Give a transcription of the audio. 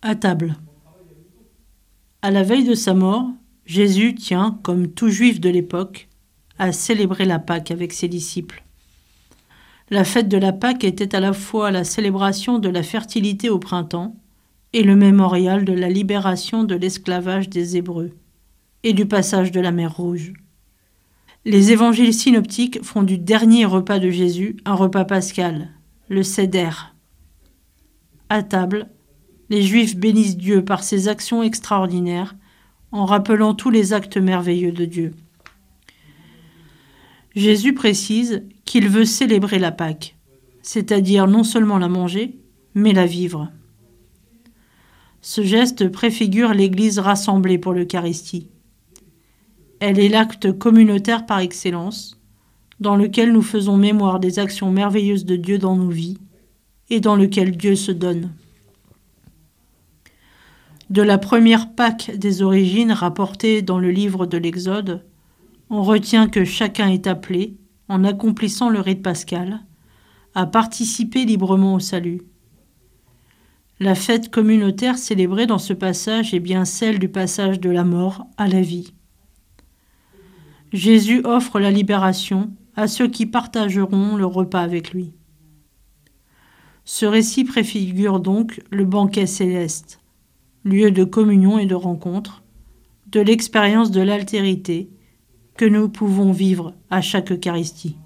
À table. À la veille de sa mort, Jésus tient, comme tout juif de l'époque, à célébrer la Pâque avec ses disciples. La fête de la Pâque était à la fois la célébration de la fertilité au printemps et le mémorial de la libération de l'esclavage des Hébreux et du passage de la mer Rouge. Les évangiles synoptiques font du dernier repas de Jésus un repas pascal, le Seder. À table, les Juifs bénissent Dieu par ses actions extraordinaires en rappelant tous les actes merveilleux de Dieu. Jésus précise qu'il veut célébrer la Pâque, c'est-à-dire non seulement la manger, mais la vivre. Ce geste préfigure l'Église rassemblée pour l'Eucharistie. Elle est l'acte communautaire par excellence, dans lequel nous faisons mémoire des actions merveilleuses de Dieu dans nos vies et dans lequel Dieu se donne. De la première Pâque des origines rapportée dans le livre de l'Exode, on retient que chacun est appelé, en accomplissant le rite pascal, à participer librement au salut. La fête communautaire célébrée dans ce passage est bien celle du passage de la mort à la vie. Jésus offre la libération à ceux qui partageront le repas avec lui. Ce récit préfigure donc le banquet céleste, lieu de communion et de rencontre, de l'expérience de l'altérité que nous pouvons vivre à chaque Eucharistie.